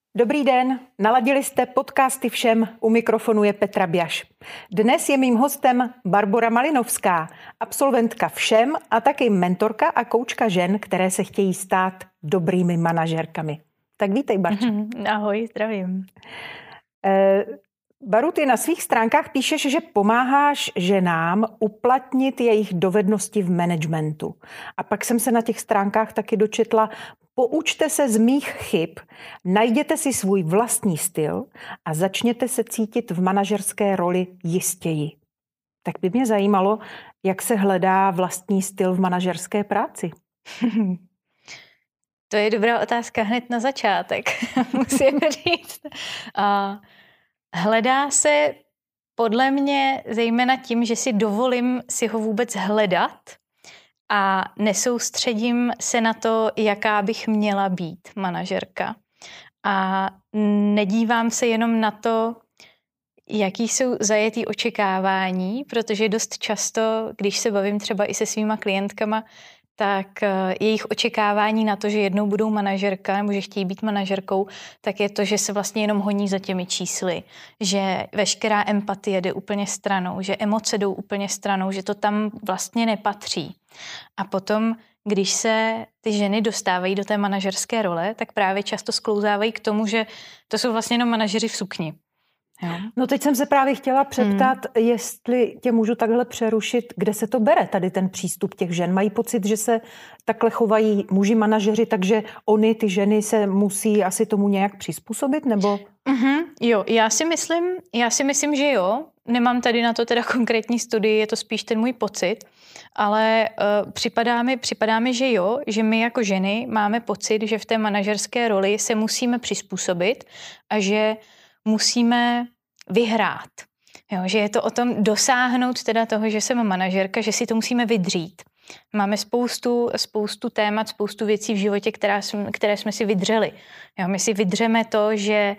Dobrý den, naladili jste podcasty Všem, u mikrofonu je Petra Bjaš. Dnes je mým hostem Barbora Malinovská, absolventka Všem a taky mentorka a koučka žen, které se chtějí stát dobrými manažerkami. Tak vítej, Barčo. Ahoj, zdravím. Baru, ty na svých stránkách píšeš, že pomáháš ženám uplatnit jejich dovednosti v managementu. A pak jsem se na těch stránkách taky dočetla: poučte se z mých chyb, najděte si svůj vlastní styl a začněte se cítit v manažerské roli jistěji. Tak by mě zajímalo, jak se hledá vlastní styl v manažerské práci. To je dobrá otázka hned na začátek, musím říct. Hledá se podle mě zejména tím, že si dovolím si ho vůbec hledat a nesoustředím se na to, jaká bych měla být manažerka. A nedívám se jenom na to, jaký jsou zajetý očekávání, protože dost často, když se bavím třeba i se svýma klientkama, tak jejich očekávání na to, že jednou budou manažerka nebo že chtějí být manažerkou, tak je to, že se vlastně jenom honí za těmi čísly, že veškerá empatie jde úplně stranou, že emoce jdou úplně stranou, že to tam vlastně nepatří. A potom, když se ty ženy dostávají do té manažerské role, tak právě často sklouzávají k tomu, že to jsou vlastně jenom manažeři v sukni. Jo. No teď jsem se právě chtěla přeptat, jestli tě můžu takhle přerušit, kde se to bere, tady ten přístup těch žen. Mají pocit, že se takhle chovají muži manažeři, takže oni, ty ženy, se musí asi tomu nějak přizpůsobit, nebo? Jo, já si myslím, že jo. Nemám tady na to teda konkrétní studii, je to spíš ten můj pocit, ale připadá mi, že jo, že my jako ženy máme pocit, že v té manažerské roli se musíme přizpůsobit a že musíme vyhrát. Jo, že je to o tom dosáhnout teda toho, že jsem manažerka, že si to musíme vydřít. Máme spoustu témat, spoustu věcí v životě, které jsme si vydřeli. Jo, my si vydřeme to, že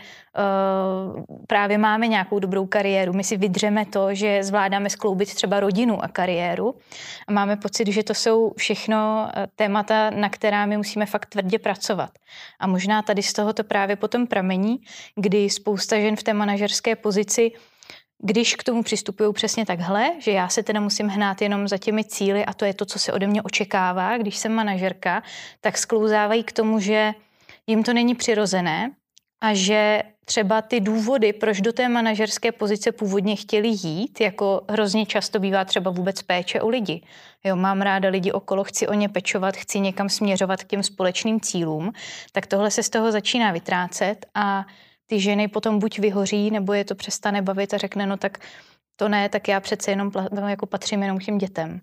právě máme nějakou dobrou kariéru. My si vydřeme to, že zvládáme skloubit třeba rodinu a kariéru. A máme pocit, že to jsou všechno témata, na která my musíme fakt tvrdě pracovat. A možná tady z toho to právě potom pramení, kdy spousta žen v té manažerské pozici, když k tomu přistupují přesně takhle, že já se teda musím hnát jenom za těmi cíli a to je to, co se ode mě očekává, když jsem manažerka, tak sklouzávají k tomu, že jim to není přirozené a že třeba ty důvody, proč do té manažerské pozice původně chtěli jít, jako hrozně často bývá třeba vůbec péče o lidi. Jo, mám ráda lidi okolo, chci o ně pečovat, chci někam směřovat k těm společným cílům, tak tohle se z toho začíná vytrácet a ty ženy potom buď vyhoří, nebo je to přestane bavit a řekne, no tak to ne, tak já přece jenom jako patřím jenom k těm dětem.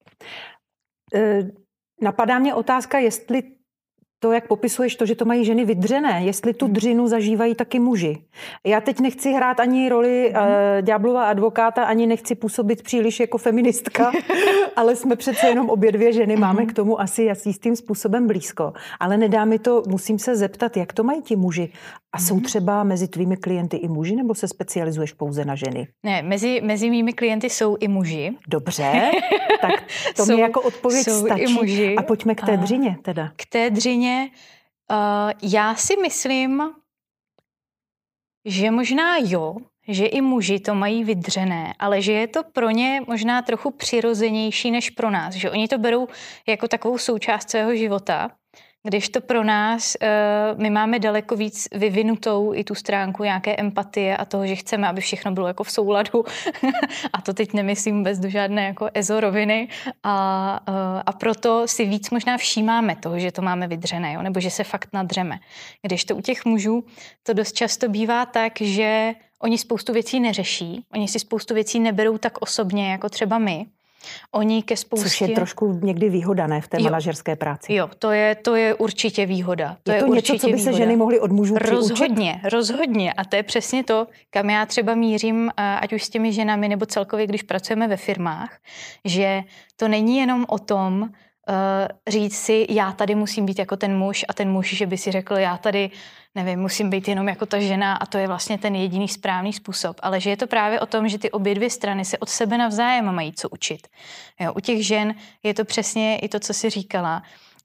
Napadá mě otázka, jestli to, jak popisuješ to, že to mají ženy vydřené, jestli tu dřinu zažívají taky muži. Já teď nechci hrát ani roli ďáblova advokáta, ani nechci působit příliš jako feministka, ale jsme přece jenom obě dvě ženy, máme k tomu asi jistým způsobem blízko. Ale nedá mi to, musím se zeptat, jak to mají ti muži. A jsou třeba mezi tvými klienty i muži, nebo se specializuješ pouze na ženy? Ne, mezi mými klienty jsou i muži. Dobře, tak to mi jako odpověď stačí. A pojďme k té dřině teda. K té dřině já si myslím, že možná jo, že i muži to mají vydřené, ale že je to pro ně možná trochu přirozenější než pro nás, že oni to berou jako takovou součást svého života, když to pro nás, my máme daleko víc vyvinutou i tu stránku nějaké empatie a toho, že chceme, aby všechno bylo jako v souladu. A to teď nemyslím vůbec do žádné jako ezoroviny. A proto si víc možná všímáme toho, že to máme vydřené, jo? Nebo že se fakt nadřeme. Když to u těch mužů, to dost často bývá tak, že oni spoustu věcí neřeší, oni si spoustu věcí neberou tak osobně, jako třeba my. Oni ke spoustě... Což je trošku někdy výhoda, ne, v té manažerské práci. Jo, to je určitě výhoda. Je to něco, co by se ženy mohly od mužů přiučit? Rozhodně. A to je přesně to, kam já třeba mířím, ať už s těmi ženami, nebo celkově, když pracujeme ve firmách, že to není jenom o tom, říct si, já tady musím být jako ten muž a ten muž, že by si řekl, já tady, nevím, musím být jenom jako ta žena a to je vlastně ten jediný správný způsob. Ale že je to právě o tom, že ty obě dvě strany se od sebe navzájem mají co učit. Jo, u těch žen je to přesně i to, co jsi říkala,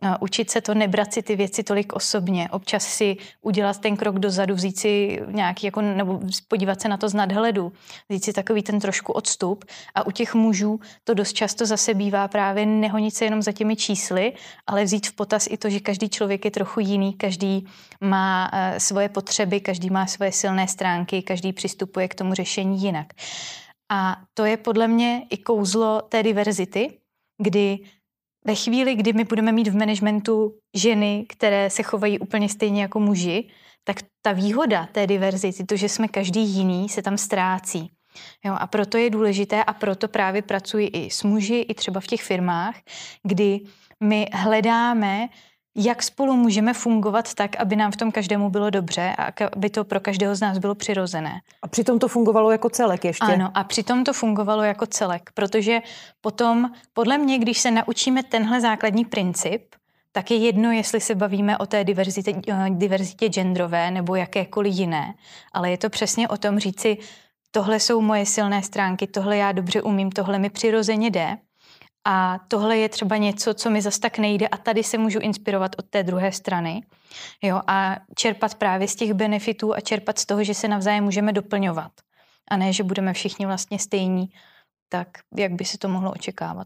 Učit se to, nebrat si ty věci tolik osobně, občas si udělat ten krok dozadu, vzít si nějaký, jako, nebo podívat se na to z nadhledu, vzít si takový ten trošku odstup a u těch mužů to dost často zase bývá právě nehonit se jenom za těmi čísly, ale vzít v potaz i to, že každý člověk je trochu jiný, každý má svoje potřeby, každý má svoje silné stránky, každý přistupuje k tomu řešení jinak. A to je podle mě i kouzlo té diverzity, kdy ve chvíli, kdy my budeme mít v managementu ženy, které se chovají úplně stejně jako muži, tak ta výhoda té diverzity, to, že jsme každý jiný, se tam ztrácí. Jo, a proto je důležité a proto právě pracuji i s muži, i třeba v těch firmách, kdy my hledáme, jak spolu můžeme fungovat tak, aby nám v tom každému bylo dobře a aby to pro každého z nás bylo přirozené. A přitom to fungovalo jako celek ještě. Ano, a přitom to fungovalo jako celek, protože potom, podle mě, když se naučíme tenhle základní princip, tak je jedno, jestli se bavíme o té diverzitě genderové nebo jakékoliv jiné, ale je to přesně o tom říci, tohle jsou moje silné stránky, tohle já dobře umím, tohle mi přirozeně jde. A tohle je třeba něco, co mi zas tak nejde a tady se můžu inspirovat od té druhé strany. Jo, a čerpat právě z těch benefitů a čerpat z toho, že se navzájem můžeme doplňovat. A ne, že budeme všichni vlastně stejní, tak jak by se to mohlo očekávat.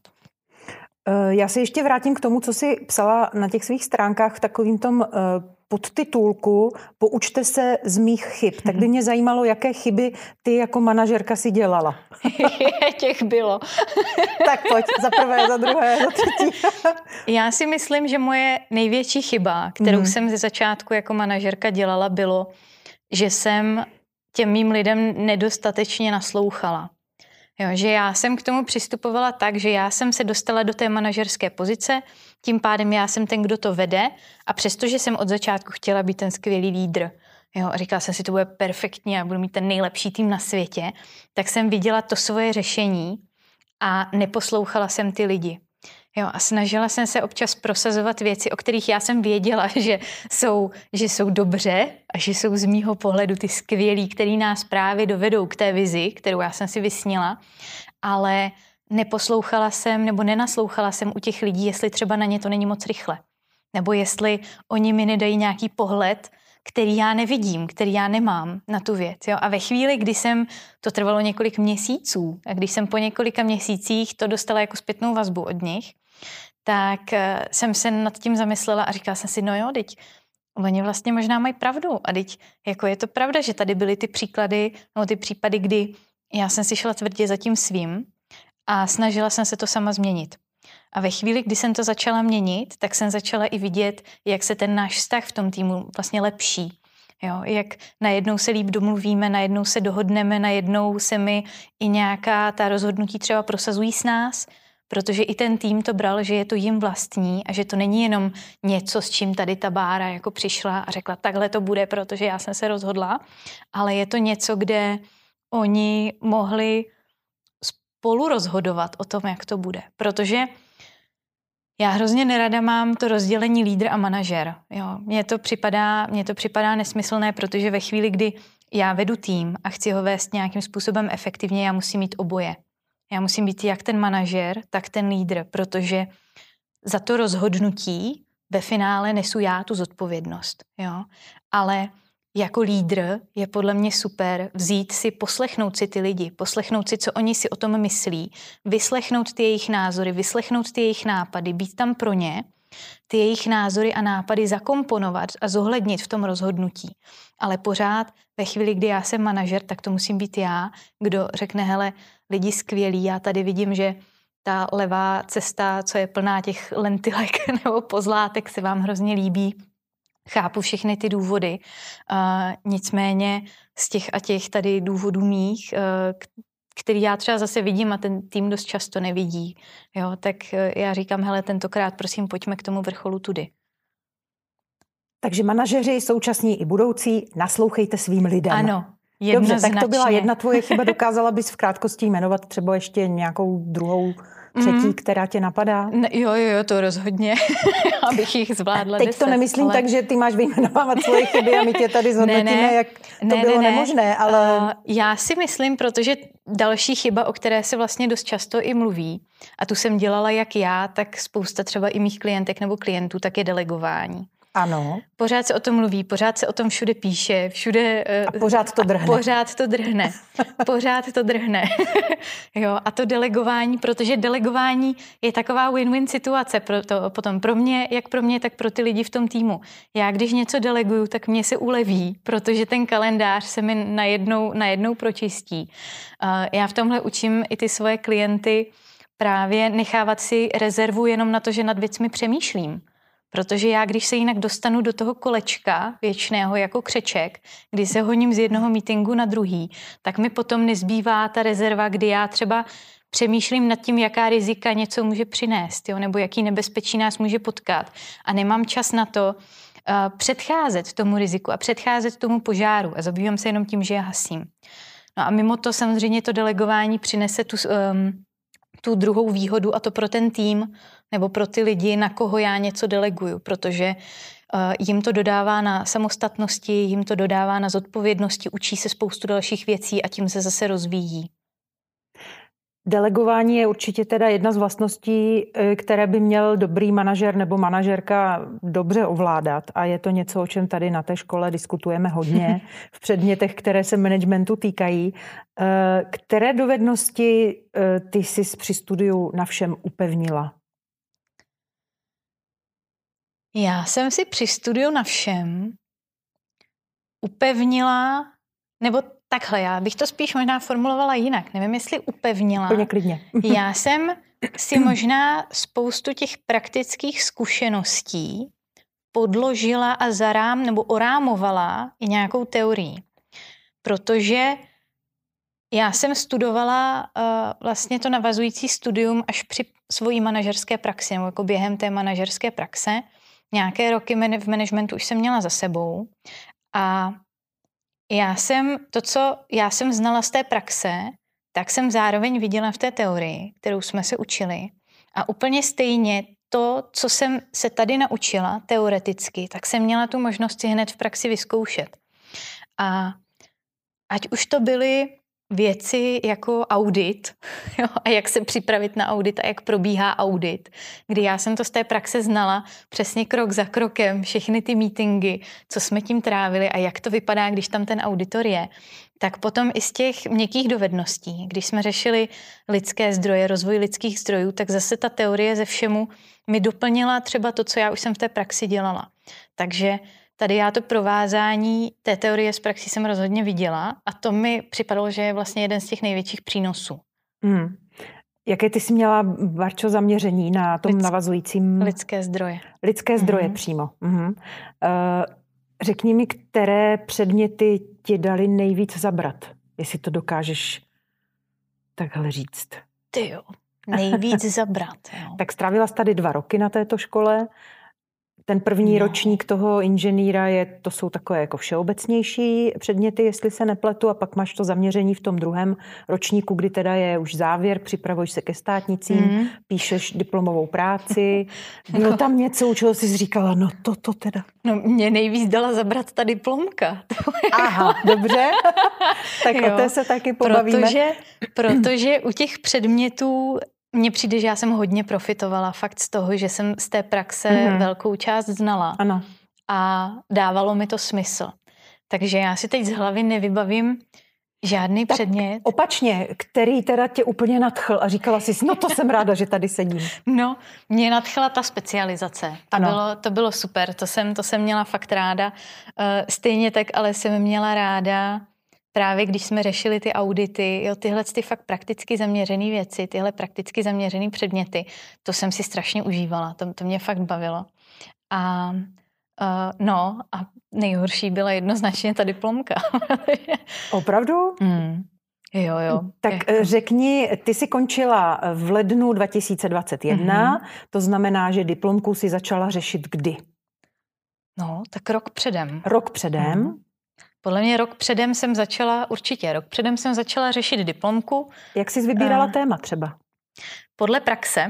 Já se ještě vrátím k tomu, co jsi psala na těch svých stránkách v takovým tom podtitulku Poučte se z mých chyb. Tak by mě zajímalo, jaké chyby ty jako manažerka si dělala. Těch bylo. Tak pojď, za prvé, za druhé, za třetí. Já si myslím, že moje největší chyba, kterou jsem ze začátku jako manažerka dělala, bylo, že jsem těm mým lidem nedostatečně naslouchala. Jo, že já jsem k tomu přistupovala tak, že já jsem se dostala do té manažerské pozice, tím pádem já jsem ten, kdo to vede a přestože jsem od začátku chtěla být ten skvělý lídr, jo, a říkala jsem si, to bude perfektní, já budu mít ten nejlepší tým na světě, tak jsem viděla to svoje řešení a neposlouchala jsem ty lidi. Jo, a snažila jsem se občas prosazovat věci, o kterých já jsem věděla, že jsou dobře a že jsou z mýho pohledu ty skvělí, který nás právě dovedou k té vizi, kterou já jsem si vysnila, ale neposlouchala jsem nebo nenaslouchala jsem u těch lidí, jestli třeba na ně to není moc rychle. Nebo jestli oni mi nedají nějaký pohled, který já nevidím, který já nemám na tu věc. Jo? A ve chvíli, kdy to trvalo několik měsíců, a když jsem po několika měsících to dostala jako zpětnou vazbu od nich, tak jsem se nad tím zamyslela a říkala jsem si, no jo, teď oni vlastně možná mají pravdu. A teď jako je to pravda, že tady byly ty příklady, nebo ty případy, kdy já jsem si šla tvrdě za tím svým a snažila jsem se to sama změnit. A ve chvíli, kdy jsem to začala měnit, tak jsem začala i vidět, jak se ten náš vztah v tom týmu vlastně lepší. Jo, jak najednou se líp domluvíme, najednou se dohodneme, najednou se mi i nějaká ta rozhodnutí třeba prosazují s nás, protože i ten tým to bral, že je to jim vlastní a že to není jenom něco, s čím tady ta Bára jako přišla a řekla, takhle to bude, protože já jsem se rozhodla, ale je to něco, kde oni mohli spolu rozhodovat o tom, jak to bude. Protože já hrozně nerada mám to rozdělení lídr a manažer. Jo. Mně to připadá nesmyslné, protože ve chvíli, kdy já vedu tým a chci ho vést nějakým způsobem efektivně, já musím mít oboje. Já musím být jak ten manažer, tak ten lídr, protože za to rozhodnutí ve finále nesu já tu zodpovědnost. Jo. Ale jako lídr je podle mě super poslechnout si ty lidi, poslechnout si, co oni si o tom myslí, vyslechnout ty jejich názory, vyslechnout ty jejich nápady, být tam pro ně, ty jejich názory a nápady zakomponovat a zohlednit v tom rozhodnutí. Ale pořád ve chvíli, kdy já jsem manažer, tak to musím být já, kdo řekne, hele, lidi skvělí, já tady vidím, že ta levá cesta, co je plná těch lentilek nebo pozlátek, se vám hrozně líbí. Chápu všechny ty důvody, nicméně z těch a těch tady důvodů mých, který já třeba zase vidím a ten tým dost často nevidí, jo, tak já říkám, hele, tentokrát prosím, pojďme k tomu vrcholu tudy. Takže manažeři, současní i budoucí, naslouchejte svým lidem. Ano, jednoznačně. Dobře, tak to byla jedna tvoje chyba, dokázala bys v krátkosti jmenovat třeba ještě nějakou druhou? třetí, která tě napadá? Jo, to rozhodně, abych jich zvládla Teď 10. to nemyslím tak, že ty máš vyjmenovávat svoje chyby a my tě tady zhodnotíme, jak to bylo nemožné, ale... Já si myslím, protože další chyba, o které se vlastně dost často i mluví, a tu jsem dělala jak já, tak spousta třeba i mých klientek nebo klientů, tak je delegování. Ano. Pořád se o tom mluví, pořád se o tom všude píše, všude... A pořád to drhne. Pořád to drhne. Jo, a to delegování, protože delegování je taková win-win situace potom pro mě, jak pro mě, tak pro ty lidi v tom týmu. Já když něco deleguju, tak mě se uleví, protože ten kalendář se mi najednou pročistí. Já v tomhle učím i ty svoje klienty právě nechávat si rezervu jenom na to, že nad věcmi přemýšlím. Protože já, když se jinak dostanu do toho kolečka věčného jako křeček, kdy se honím z jednoho meetingu na druhý, tak mi potom nezbývá ta rezerva, kdy já třeba přemýšlím nad tím, jaká rizika něco může přinést, jo, nebo jaký nebezpečí nás může potkat. A nemám čas na to předcházet tomu riziku a předcházet tomu požáru a zabývám se jenom tím, že já hasím. No a mimo to samozřejmě to delegování přinese tu druhou výhodu, a to pro ten tým nebo pro ty lidi, na koho já něco deleguju, protože jim to dodává na samostatnosti, jim to dodává na zodpovědnosti, učí se spoustu dalších věcí a tím se zase rozvíjí. Delegování je určitě teda jedna z vlastností, které by měl dobrý manažer nebo manažerka dobře ovládat, a je to něco, o čem tady na té škole diskutujeme hodně v předmětech, které se managementu týkají. Které dovednosti ty jsi při studiu na všem upevnila? Já jsem si při studiu na všem upevnila, nebo takhle, já bych to spíš možná formulovala jinak. Nevím, jestli upevnila. Úplně klidně. Já jsem si možná spoustu těch praktických zkušeností podložila a nebo orámovala i nějakou teorií. Protože já jsem studovala vlastně to navazující studium až při svojí manažerské praxi, nebo jako během té manažerské praxe. Nějaké roky v managementu už jsem měla za sebou a co já jsem znala z té praxe, tak jsem zároveň viděla v té teorii, kterou jsme se učili. A úplně stejně to, co jsem se tady naučila teoreticky, tak jsem měla tu možnost si hned v praxi vyzkoušet. A ať už to byly věci jako audit, jo, a jak se připravit na audit a jak probíhá audit, kdy já jsem to z té praxe znala přesně krok za krokem, všechny ty meetingy, co jsme tím trávili a jak to vypadá, když tam ten auditor je, tak potom i z těch měkkých dovedností, když jsme řešili lidské zdroje, rozvoj lidských zdrojů, tak zase ta teorie ze všemu mi doplnila třeba to, co já už jsem v té praxi dělala. Takže tady já to provázání té teorie z praxi jsem rozhodně viděla a to mi připadalo, že je vlastně jeden z těch největších přínosů. Jaké ty jsi měla, Barčo, zaměření na tom navazujícím... Lidské zdroje. Lidské zdroje přímo. Řekni mi, které předměty ti dali nejvíc zabrat, jestli to dokážeš takhle říct. Ty jo, nejvíc zabrat. Jo. Tak strávila jsi tady 2 roky na této škole. Ten první ročník toho inženýra to jsou takové jako všeobecnější předměty, jestli se nepletu, a pak máš to zaměření v tom druhém ročníku, kdy teda je už závěr, připravuješ se ke státnicím, píšeš diplomovou práci. Bylo tam něco, u čeho jsi říkala, no to teda. No mě nejvíc dala zabrat ta diplomka. Aha, dobře. Tak o té se taky pobavíme. Protože u těch předmětů mně přijde, že já jsem hodně profitovala fakt z toho, že jsem z té praxe velkou část znala. Ano. A dávalo mi to smysl. Takže já si teď z hlavy nevybavím žádný předmět. Opačně, který teda tě úplně nadchl a říkala jsi, no to jsem ráda, že tady sedím. No, mě nadchla ta specializace. To bylo super, to jsem měla fakt ráda. Stejně tak, ale jsem měla ráda právě když jsme řešili ty audity, jo, tyhle ty fakt prakticky zaměřené věci, tyhle prakticky zaměřené předměty, to jsem si strašně užívala, to mě fakt bavilo. A nejhorší byla jednoznačně ta diplomka. Opravdu? Jo. Tak řekni, ty jsi končila v lednu 2021, to znamená, že diplomku si začala řešit kdy? No, tak rok předem. Rok předem? Podle mě rok předem jsem začala řešit diplomku. Jak jsi vybírala téma třeba? Podle praxe.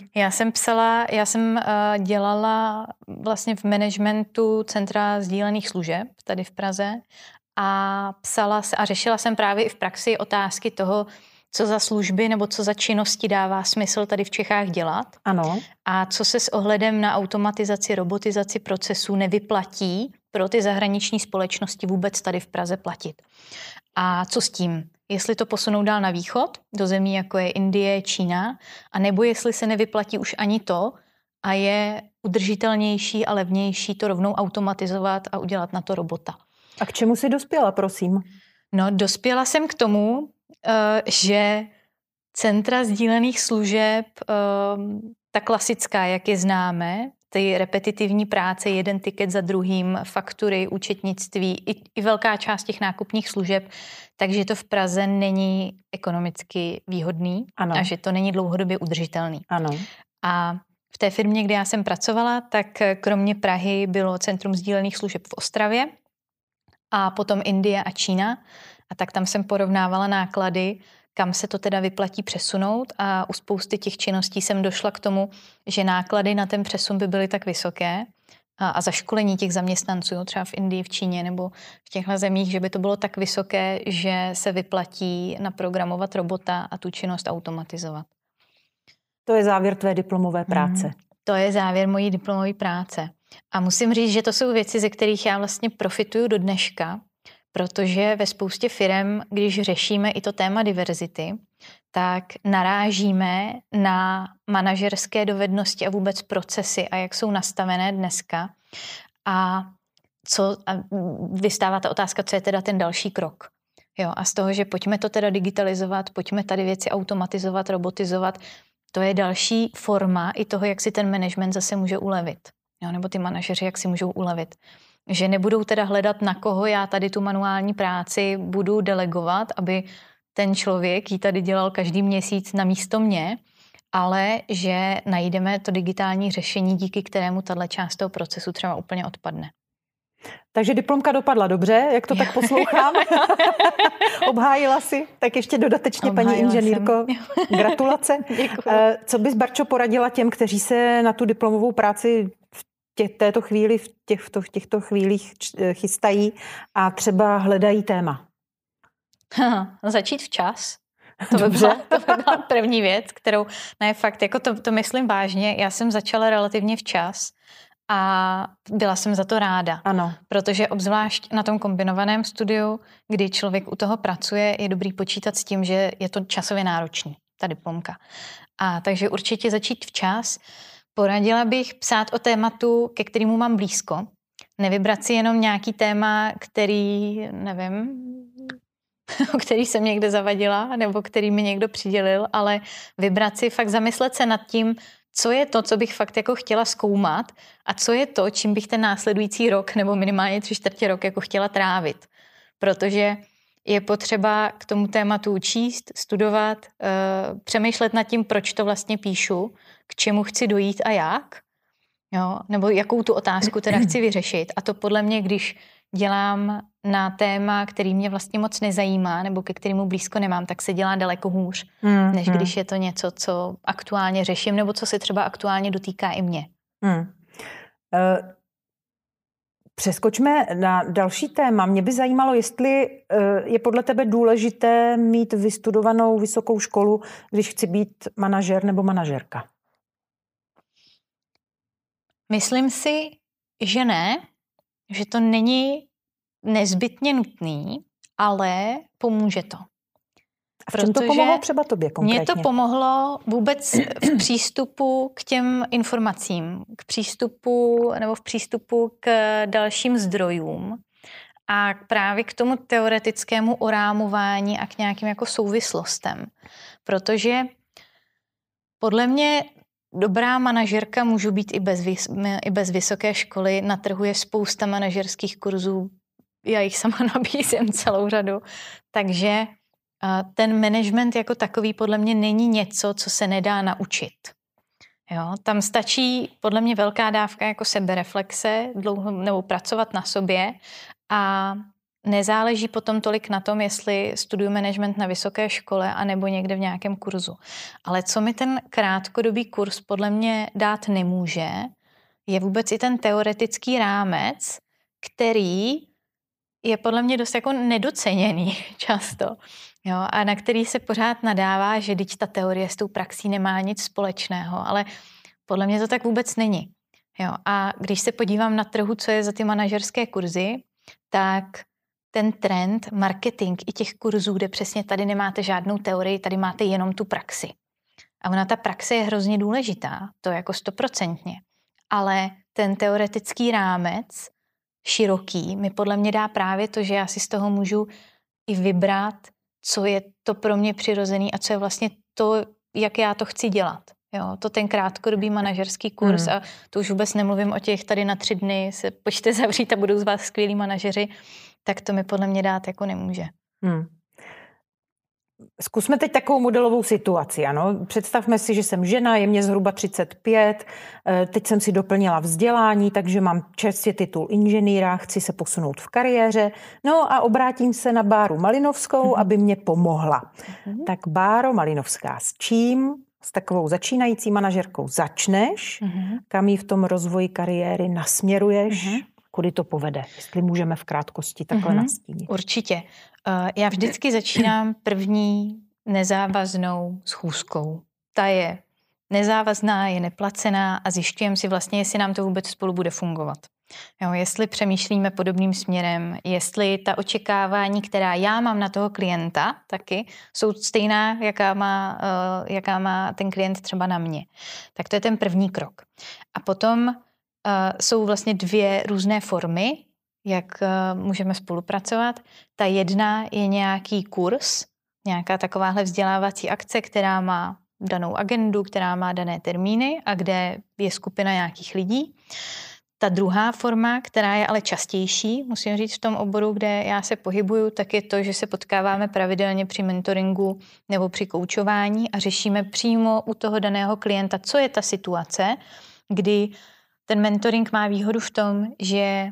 Já jsem dělala vlastně v managementu Centra sdílených služeb tady v Praze a řešila jsem právě i v praxi otázky toho, co za služby nebo co za činnosti dává smysl tady v Čechách dělat. Ano. A co se s ohledem na automatizaci, robotizaci procesů nevyplatí pro ty zahraniční společnosti vůbec tady v Praze platit. A co s tím? Jestli to posunou dál na východ, do zemí jako je Indie, Čína, a nebo jestli se nevyplatí už ani to a je udržitelnější a levnější to rovnou automatizovat a udělat na to robota. A k čemu jsi dospěla, prosím? No, dospěla jsem k tomu, že centra sdílených služeb, ta klasická, jak je známe, ty repetitivní práce, jeden tiket za druhým, faktury, účetnictví i velká část těch nákupních služeb, takže to v Praze není ekonomicky výhodný. Ano. A že to není dlouhodobě udržitelný. Ano. A v té firmě, kde já jsem pracovala, tak kromě Prahy bylo centrum sdílených služeb v Ostravě a potom Indie a Čína. A tak tam jsem porovnávala náklady, kam se to teda vyplatí přesunout, a u spousty těch činností jsem došla k tomu, že náklady na ten přesun by byly tak vysoké a zaškolení těch zaměstnanců, třeba v Indii, v Číně nebo v těchto zemích, že by to bylo tak vysoké, že se vyplatí naprogramovat robota a tu činnost automatizovat. To je závěr tvé diplomové práce. To je závěr mojí diplomové práce. A musím říct, že to jsou věci, ze kterých já vlastně profituju do dneška, protože ve spoustě firem, když řešíme i to téma diverzity, tak narážíme na manažerské dovednosti a vůbec procesy a jak jsou nastavené dneska. A vystává ta otázka, co je teda ten další krok. Jo, a z toho, že pojďme to teda digitalizovat, pojďme tady věci automatizovat, robotizovat, to je další forma i toho, jak si ten management zase může ulevit. Jo, nebo ty manažeři, jak si můžou ulevit. Že nebudou teda hledat, na koho já tady tu manuální práci budu delegovat, aby ten člověk ji tady dělal každý měsíc na místo mě, ale že najdeme to digitální řešení, díky kterému tahle část toho procesu třeba úplně odpadne. Takže diplomka dopadla dobře, jak to tak poslouchám. Obhájila si, tak ještě dodatečně, paní inženýrko, gratulace. Děkuji. Co bys, Barčo, poradila těm, kteří se na tu diplomovou práci v těchto chvílích chystají a třeba hledají téma? Začít včas. To by byla první věc, kterou, ne fakt, jako to myslím vážně. Já jsem začala relativně včas a byla jsem za to ráda. Ano. Protože obzvlášť na tom kombinovaném studiu, kdy člověk u toho pracuje, je dobrý počítat s tím, že je to časově náročný, ta diplomka. A takže určitě začít včas. Poradila bych psát o tématu, ke kterému mám blízko. Nevybrat si jenom nějaký téma, který, nevím, o který jsem někde zavadila, nebo který mi někdo přidělil, ale vybrat si, fakt zamyslet se nad tím, co je to, co bych fakt jako chtěla zkoumat a co je to, čím bych ten následující rok nebo minimálně 3/4 roku jako chtěla trávit. Protože je potřeba k tomu tématu číst, studovat, přemýšlet nad tím, proč to vlastně píšu, k čemu chci dojít a jak, jo? Nebo jakou tu otázku teda chci vyřešit. A to podle mě, když dělám na téma, který mě vlastně moc nezajímá nebo ke kterému blízko nemám, tak se dělá daleko hůř, než když je to něco, co aktuálně řeším nebo co se třeba aktuálně dotýká i mě. Přeskočme na další téma. Mě by zajímalo, jestli je podle tebe důležité mít vystudovanou vysokou školu, když chci být manažer nebo manažerka. Myslím si, že ne, že to není nezbytně nutný, ale pomůže to. A v čem to pomohlo třeba tobě konkrétně? Mně to pomohlo vůbec v přístupu k těm informacím, v přístupu k dalším zdrojům a právě k tomu teoretickému orámování a k nějakým jako souvislostem. Protože podle mě dobrá manažerka můžu být i bez vysoké školy, na trhu je spousta manažerských kurzů, já jich sama nabízím celou řadu, takže ten management jako takový podle mě není něco, co se nedá naučit. Jo? Tam stačí podle mě velká dávka jako sebereflexe, nebo pracovat na sobě a nezáleží potom tolik na tom, jestli studuju management na vysoké škole anebo někde v nějakém kurzu. Ale co mi ten krátkodobý kurz podle mě dát nemůže, je vůbec i ten teoretický rámec, který je podle mě dost jako nedoceněný často. Jo, a na který se pořád nadává, že teď ta teorie s tou praxí nemá nic společného, ale podle mě to tak vůbec není. Jo, a když se podívám na trhu, co je za ty manažerské kurzy, tak ten trend, marketing i těch kurzů, kde přesně tady nemáte žádnou teorii, tady máte jenom tu praxi. A ona ta praxe je hrozně důležitá, to jako 100%. Ale ten teoretický rámec, široký, mi podle mě dá právě to, že já si z toho můžu i vybrat, co je to pro mě přirozený a co je vlastně to, jak já to chci dělat. Jo, to ten krátkodobý manažerský kurz a to už vůbec nemluvím o těch tady na 3 dny se pojďte zavřít a budou z vás skvělí manažeři, tak to mi podle mě dát jako nemůže. Zkusme teď takovou modelovou situaci. Ano? Představme si, že jsem žena, je mě zhruba 35, teď jsem si doplnila vzdělání, takže mám čerstvě titul inženýra, chci se posunout v kariéře, no a obrátím se na Báru Malinovskou, aby mě pomohla. Tak Báro Malinovská, s čím s takovou začínající manažerkou začneš, kam ji v tom rozvoji kariéry nasměruješ, kudy to povede, jestli můžeme v krátkosti takhle nastínit. Určitě. Já vždycky začínám první nezávaznou schůzkou. Ta je nezávazná, je neplacená a zjišťujeme si vlastně, jestli nám to vůbec spolu bude fungovat. Jo, jestli přemýšlíme podobným směrem, jestli ta očekávání, která já mám na toho klienta taky, jsou stejná, jaká má ten klient třeba na mě. Tak to je ten první krok. A potom jsou vlastně 2 různé formy, jak můžeme spolupracovat. Ta jedna je nějaký kurz, nějaká takováhle vzdělávací akce, která má danou agendu, která má dané termíny a kde je skupina nějakých lidí. Ta druhá forma, která je ale častější, musím říct v tom oboru, kde já se pohybuju, tak je to, že se potkáváme pravidelně při mentoringu nebo při koučování a řešíme přímo u toho daného klienta, co je ta situace, kdy ten mentoring má výhodu v tom, že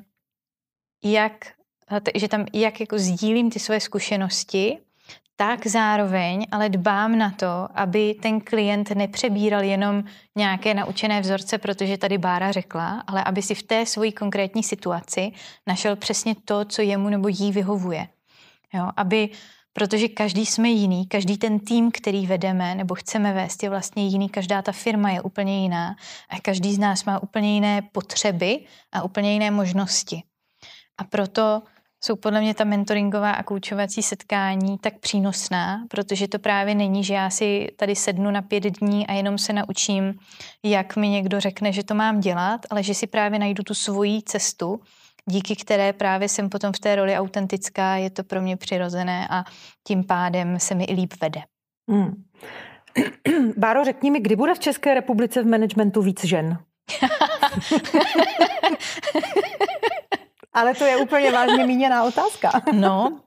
tam jak jako sdílím ty své zkušenosti, tak zároveň ale dbám na to, aby ten klient nepřebíral jenom nějaké naučené vzorce, protože tady Bára řekla, ale aby si v té svojí konkrétní situaci našel přesně to, co jemu nebo jí vyhovuje. Jo, protože každý jsme jiný, každý ten tým, který vedeme nebo chceme vést, je vlastně jiný, každá ta firma je úplně jiná a každý z nás má úplně jiné potřeby a úplně jiné možnosti. A proto jsou podle mě ta mentoringová a koučovací setkání tak přínosná, protože to právě není, že já si tady sednu na 5 dní a jenom se naučím, jak mi někdo řekne, že to mám dělat, ale že si právě najdu tu svoji cestu, díky které právě jsem potom v té roli autentická, je to pro mě přirozené a tím pádem se mi i líp vede. Báro, řekni mi, kdy bude v České republice v managementu víc žen? Ale to je úplně vážně míněná otázka. No,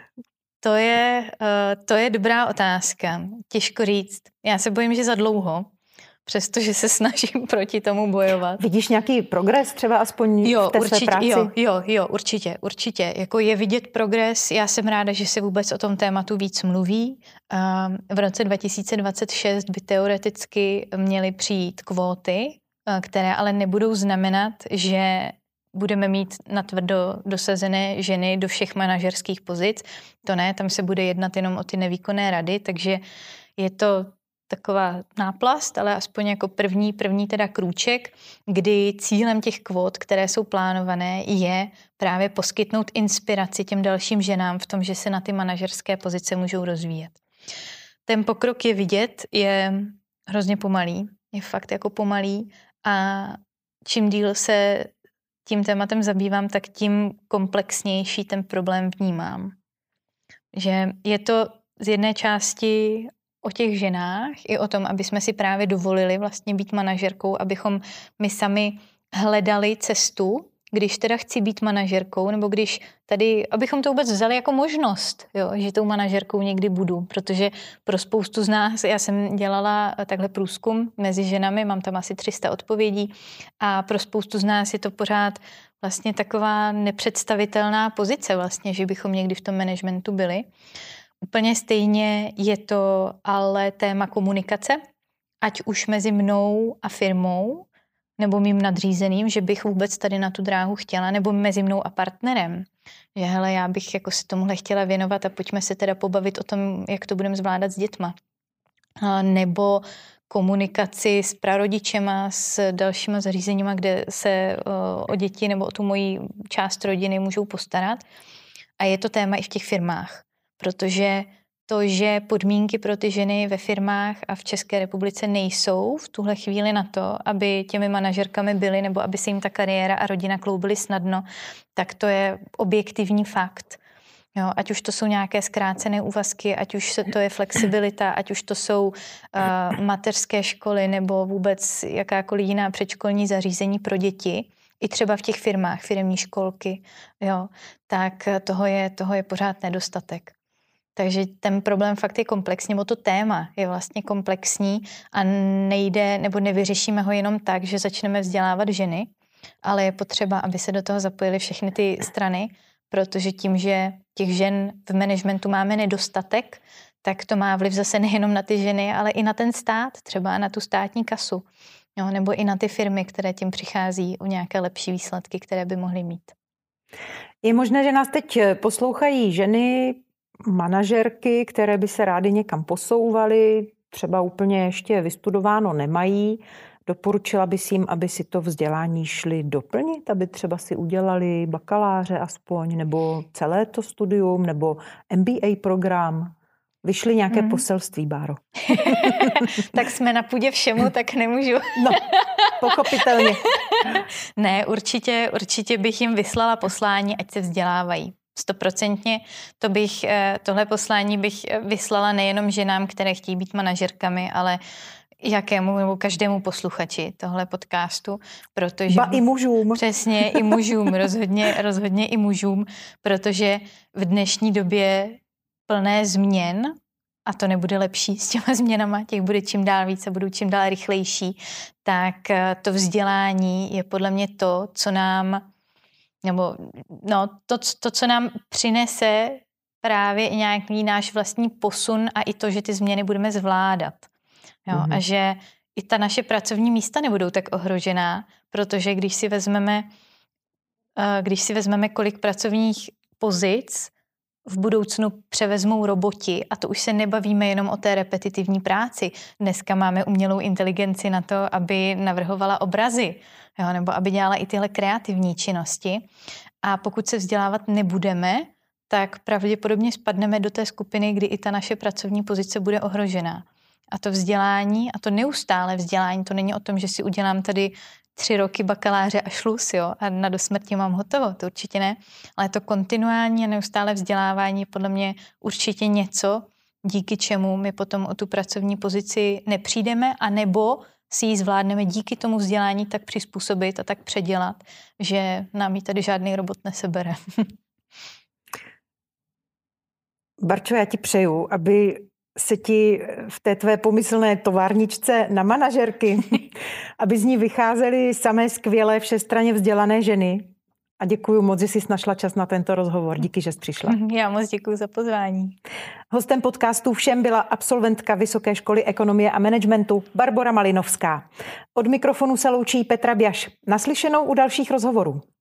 to je dobrá otázka. Těžko říct. Já se bojím, že za dlouho, přestože se snažím proti tomu bojovat. Vidíš nějaký progres třeba aspoň v té své práci? Jo, určitě. Jako je vidět progres. Já jsem ráda, že se vůbec o tom tématu víc mluví. V roce 2026 by teoreticky měly přijít kvóty, které ale nebudou znamenat, že budeme mít natvrdo dosazené ženy do všech manažerských pozic. To ne, tam se bude jednat jenom o ty nevýkonné rady, takže je to taková náplast, ale aspoň jako první teda krůček, kdy cílem těch kvót, které jsou plánované, je právě poskytnout inspiraci těm dalším ženám v tom, že se na ty manažerské pozice můžou rozvíjet. Ten pokrok je vidět, je hrozně pomalý, je fakt jako pomalý a čím díl se tím tématem zabývám, tak tím komplexnější ten problém vnímám. Že je to z jedné části o těch ženách i o tom, aby jsme si právě dovolili vlastně být manažerkou, abychom my sami hledali cestu, když teda chci být manažerkou, nebo když tady, abychom to vůbec vzali jako možnost, jo, že tou manažerkou někdy budu, protože pro spoustu z nás, já jsem dělala takhle průzkum mezi ženami, mám tam asi 300 odpovědí a pro spoustu z nás je to pořád vlastně taková nepředstavitelná pozice vlastně, že bychom někdy v tom managementu byli. Úplně stejně je to ale téma komunikace, ať už mezi mnou a firmou, nebo mým nadřízeným, že bych vůbec tady na tu dráhu chtěla, nebo mezi mnou a partnerem. Že hele, já bych jako se tomuhle chtěla věnovat a pojďme se teda pobavit o tom, jak to budeme zvládat s dětma. Nebo komunikaci s prarodičema, s dalšíma zařízeníma, kde se o děti nebo o tu moji část rodiny můžou postarat. A je to téma i v těch firmách, protože to, že podmínky pro ty ženy ve firmách a v České republice nejsou v tuhle chvíli na to, aby těmi manažerkami byly nebo aby se jim ta kariéra a rodina kloubily snadno, tak to je objektivní fakt. Jo, ať už to jsou nějaké zkrácené úvazky, ať už to je flexibilita, ať už to jsou mateřské školy nebo vůbec jakákoliv jiná předškolní zařízení pro děti, i třeba v těch firmách, firemní školky, jo, tak toho je pořád nedostatek. Takže ten problém fakt je komplexní, nebo to téma je vlastně komplexní a nejde, nebo nevyřešíme ho jenom tak, že začneme vzdělávat ženy, ale je potřeba, aby se do toho zapojily všechny ty strany, protože tím, že těch žen v managementu máme nedostatek, tak to má vliv zase nejenom na ty ženy, ale i na ten stát, třeba na tu státní kasu, jo, nebo i na ty firmy, které tím přichází o nějaké lepší výsledky, které by mohly mít. Je možné, že nás teď poslouchají ženy, manažerky, které by se rády někam posouvaly, třeba úplně ještě vystudováno nemají. Doporučila bys jim, aby si to vzdělání šli doplnit, aby třeba si udělali bakaláře aspoň, nebo celé to studium, nebo MBA program. Vyšly nějaké poselství, Báro? Tak jsme na půdě všemu, tak nemůžu. No, pochopitelně. Ne, určitě bych jim vyslala poslání, ať se vzdělávají. 100%. Tohle poslání bych vyslala nejenom ženám, které chtějí být manažerkami, ale jakému nebo každému posluchači tohle podcastu, protože... Ba i mužům. Přesně, i mužům, rozhodně i mužům, protože v dnešní době plné změn, a to nebude lepší s těma změnama, těch bude čím dál víc a budou čím dál rychlejší, tak to vzdělání je podle mě to, co nám co nám přinese právě i nějaký náš vlastní posun a i to, že ty změny budeme zvládat. Jo? A že i ta naše pracovní místa nebudou tak ohrožená, protože když si vezmeme, kolik pracovních pozic v budoucnu převezmou roboti, a to už se nebavíme jenom o té repetitivní práci. Dneska máme umělou inteligenci na to, aby navrhovala obrazy, jo, nebo aby dělala i tyhle kreativní činnosti. A pokud se vzdělávat nebudeme, tak pravděpodobně spadneme do té skupiny, kdy i ta naše pracovní pozice bude ohrožená. A to vzdělání, a to neustále vzdělání, to není o tom, že si udělám tady 3 roky bakaláře a šlus, jo, a na dosmrti mám hotovo, to určitě ne. Ale to kontinuální a neustále vzdělávání je podle mě určitě něco, díky čemu my potom o tu pracovní pozici nepřijdeme, anebo si ji zvládneme díky tomu vzdělání tak přizpůsobit a tak předělat, že nám ji tady žádný robot nesebere. Barčo, já ti přeju, aby se ti v té tvé pomyslné továrničce na manažerky, aby z ní vycházely samé skvělé všestranně vzdělané ženy. A děkuji moc, že jsi našla čas na tento rozhovor. Díky, že jsi přišla. Já moc děkuji za pozvání. Hostem podcastu Všem byla absolventka Vysoké školy ekonomie a managementu Barbora Malinovská. Od mikrofonu se loučí Petra Bjaš. Naslyšenou u dalších rozhovorů.